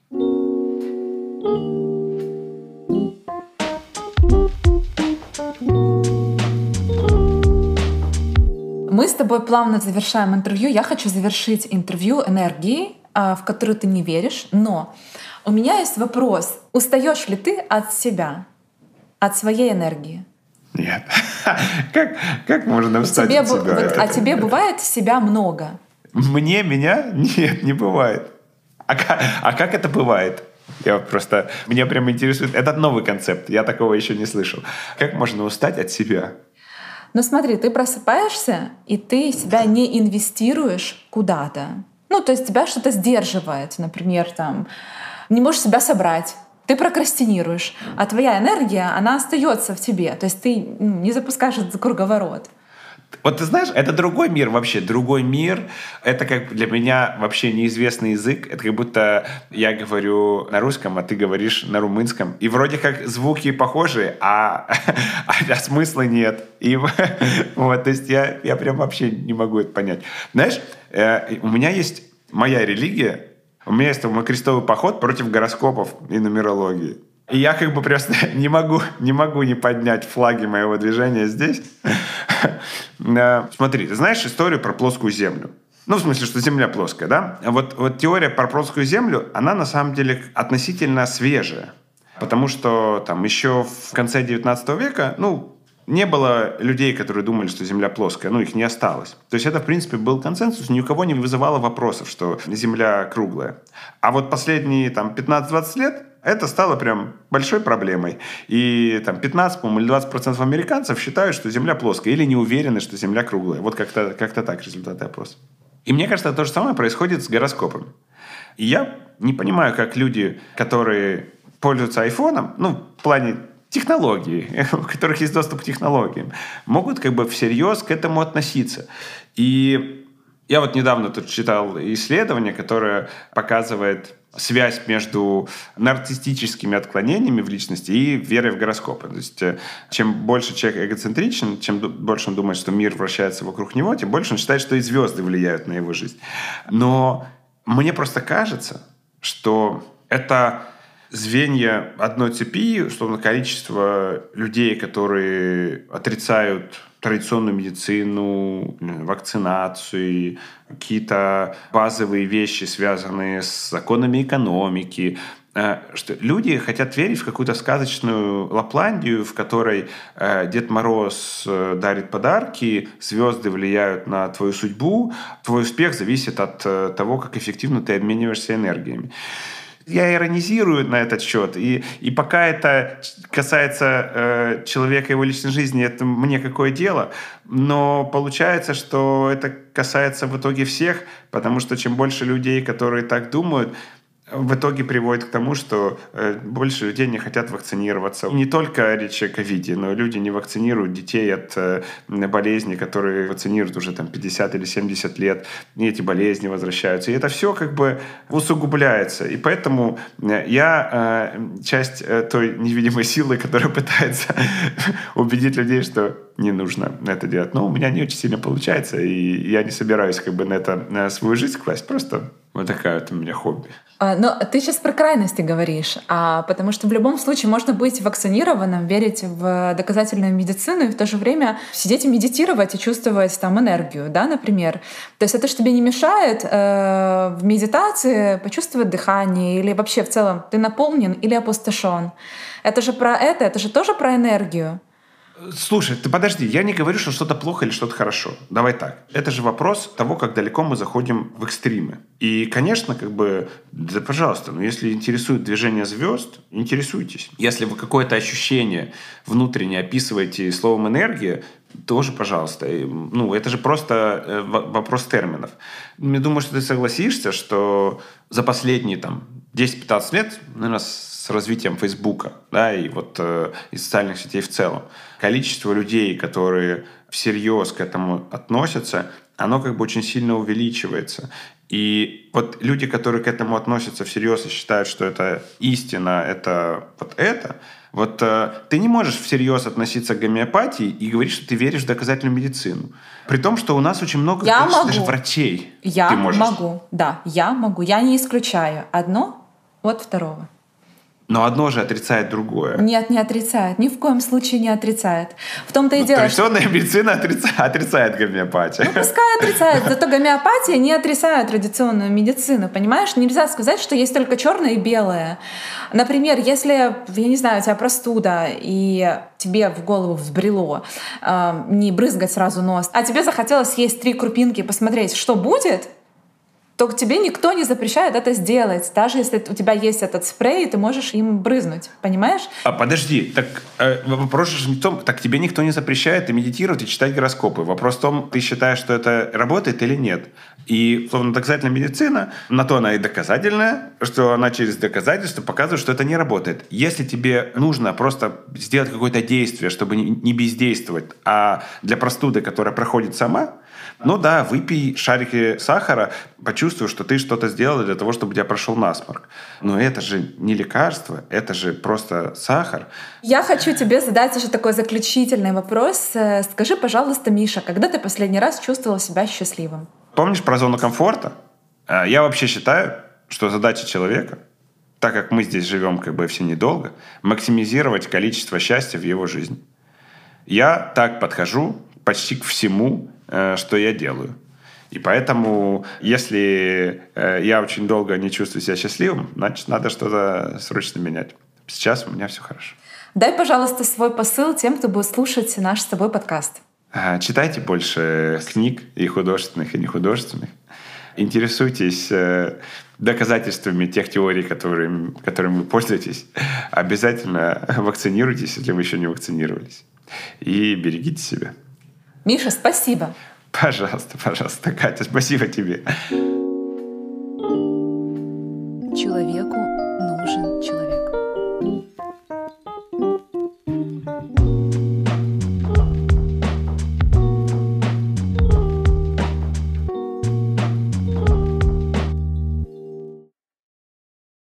Мы с тобой плавно завершаем интервью. Я хочу завершить интервью энергией, в которую ты не веришь. Но у меня есть вопрос. Устаешь ли ты от себя, от своей энергии? Нет. Как, как можно устать тебе, от себя? Вот, а тебе бывает себя много? Мне? Меня? Нет, не бывает. А, а как это бывает? Я просто... Меня прям интересует... Этот новый концепт. Я такого еще не слышал. Как можно устать от себя? Ну смотри, ты просыпаешься, и ты себя не инвестируешь куда-то. Ну, то есть тебя что-то сдерживает. Например, там, не можешь себя собрать. Ты прокрастинируешь. А твоя энергия, она остается в тебе. То есть ты ну, не запускаешь этот круговорот. Вот ты знаешь, это другой мир вообще, другой мир. Это как для меня вообще неизвестный язык. Это как будто я говорю на русском, а ты говоришь на румынском. И вроде как звуки похожи, а, а смысла нет. И вот, то есть я, я прям вообще не могу это понять. Знаешь, э, у меня есть моя религия, у меня есть мой крестовый поход против гороскопов и нумерологии. И я как бы просто не могу, не могу не поднять флаги моего движения здесь. Смотри, ты знаешь историю про плоскую Землю? Ну, в смысле, что Земля плоская, да? Вот, вот теория про плоскую Землю, она на самом деле относительно свежая. Потому что там еще в конце девятнадцатого века, ну, не было людей, которые думали, что Земля плоская. Ну, их не осталось. То есть это, в принципе, был консенсус. Ни у кого не вызывало вопросов, что Земля круглая. А вот последние там пятнадцать-двадцать лет это стало прям большой проблемой. И там пятнадцать, по-моему, или двадцать процентов американцев считают, что Земля плоская. Или не уверены, что Земля круглая. Вот как-то, как-то так результаты опроса. И мне кажется, то же самое происходит с гороскопами. И я не понимаю, как люди, которые пользуются айфоном, ну, в плане технологии, у которых есть доступ к технологиям, могут как бы всерьез к этому относиться. И я вот недавно тут читал исследование, которое показывает связь между нарциссическими отклонениями в личности и верой в гороскопы. То есть чем больше человек эгоцентричен, чем больше он думает, что мир вращается вокруг него, тем больше он считает, что и звезды влияют на его жизнь. Но мне просто кажется, что это звенья одной цепи, условно, количество людей, которые отрицают традиционную медицину, вакцинацию, какие-то базовые вещи, связанные с законами экономики, что люди хотят верить в какую-то сказочную Лапландию, в которой Дед Мороз дарит подарки, звезды влияют на твою судьбу, твой успех зависит от того, как эффективно ты обмениваешься энергиями. Я иронизирую на этот счет, и, и пока это касается э, человека и его личной жизни, это мне какое дело, но получается, что это касается в итоге всех, потому что чем больше людей, которые так думают, в итоге приводит к тому, что больше людей не хотят вакцинироваться. Не только речь о ковиде, но люди не вакцинируют детей от болезней, которые вакцинируют уже там пятьдесят или семьдесят лет, и эти болезни возвращаются. И это все как бы усугубляется. И поэтому я часть той невидимой силы, которая пытается убедить людей, что не нужно это делать. Но у меня не очень сильно получается, и я не собираюсь как бы на это на свою жизнь класть. Просто вот такая вот у меня хобби. Но ты сейчас про крайности говоришь, а потому что в любом случае можно быть вакцинированным, верить в доказательную медицину и в то же время сидеть и медитировать и чувствовать там энергию, да, например. То есть это же тебе не мешает э, в медитации почувствовать дыхание или вообще в целом ты наполнен или опустошен. Это же про это, это же тоже про энергию. Слушай, ты подожди, я не говорю, что что-то плохо или что-то хорошо. Давай так. Это же вопрос того, как далеко мы заходим в экстримы. И, конечно, как бы, да, пожалуйста, но если интересует движение звезд, интересуйтесь. Если вы какое-то ощущение внутренне описываете словом «энергия», тоже, пожалуйста. Ну, это же просто вопрос терминов. Я думаю, что ты согласишься, что за последние там, десять-пятнадцать лет, наверное, с развитием Фейсбука, да, и вот э, и социальных сетей в целом. Количество людей, которые всерьез к этому относятся, оно как бы очень сильно увеличивается. И вот люди, которые к этому относятся всерьез и считают, что это истина, это вот это, вот э, ты не можешь всерьез относиться к гомеопатии и говорить, что ты веришь в доказательную медицину. При том, что у нас очень много я могу. даже врачей. Я ты можешь. могу, да, я могу. Я не исключаю одно от второго. Но одно же отрицает другое. Нет, не отрицает. Ни в коем случае не отрицает. В том-то и ну, дело. Традиционная что... медицина отрицает, отрицает гомеопатию. Ну, пускай отрицает. Зато гомеопатия не отрицает традиционную медицину. Понимаешь? Нельзя сказать, что есть только черное и белое. Например, если, я не знаю, у тебя простуда, и тебе в голову взбрело э, не брызгать сразу нос, а тебе захотелось съесть три крупинки и посмотреть, что будет, то тебе никто не запрещает это сделать. Даже если у тебя есть этот спрей, ты можешь им брызнуть. Понимаешь? А подожди, так э, вопрос же не в том, так тебе никто не запрещает и медитировать, и читать гороскопы. Вопрос в том, ты считаешь, что это работает или нет. И, словно доказательная медицина, на то она и доказательная, что она через доказательство показывает, что это не работает. Если тебе нужно просто сделать какое-то действие, чтобы не бездействовать, а для простуды, которая проходит сама, ну да, выпей шарики сахара, почувствуй, что ты что-то сделал для того, чтобы у тебя прошел насморк. Но это же не лекарство, это же просто сахар. Я хочу тебе задать уже такой заключительный вопрос. Скажи, пожалуйста, Миша, когда ты последний раз чувствовал себя счастливым? Помнишь про зону комфорта? Я вообще считаю, что задача человека, так как мы здесь живем как бы все недолго, максимизировать количество счастья в его жизни. Я так подхожу почти к всему, что я делаю. И поэтому, если я очень долго не чувствую себя счастливым, значит, надо что-то срочно менять. Сейчас у меня все хорошо. Дай, пожалуйста, свой посыл тем, кто будет слушать наш с тобой подкаст. Читайте больше книг, и художественных, и нехудожественных. Интересуйтесь доказательствами тех теорий, которыми, которыми вы пользуетесь. Обязательно вакцинируйтесь, если вы еще не вакцинировались. И берегите себя. Миша, спасибо. Пожалуйста, пожалуйста, Катя, спасибо тебе.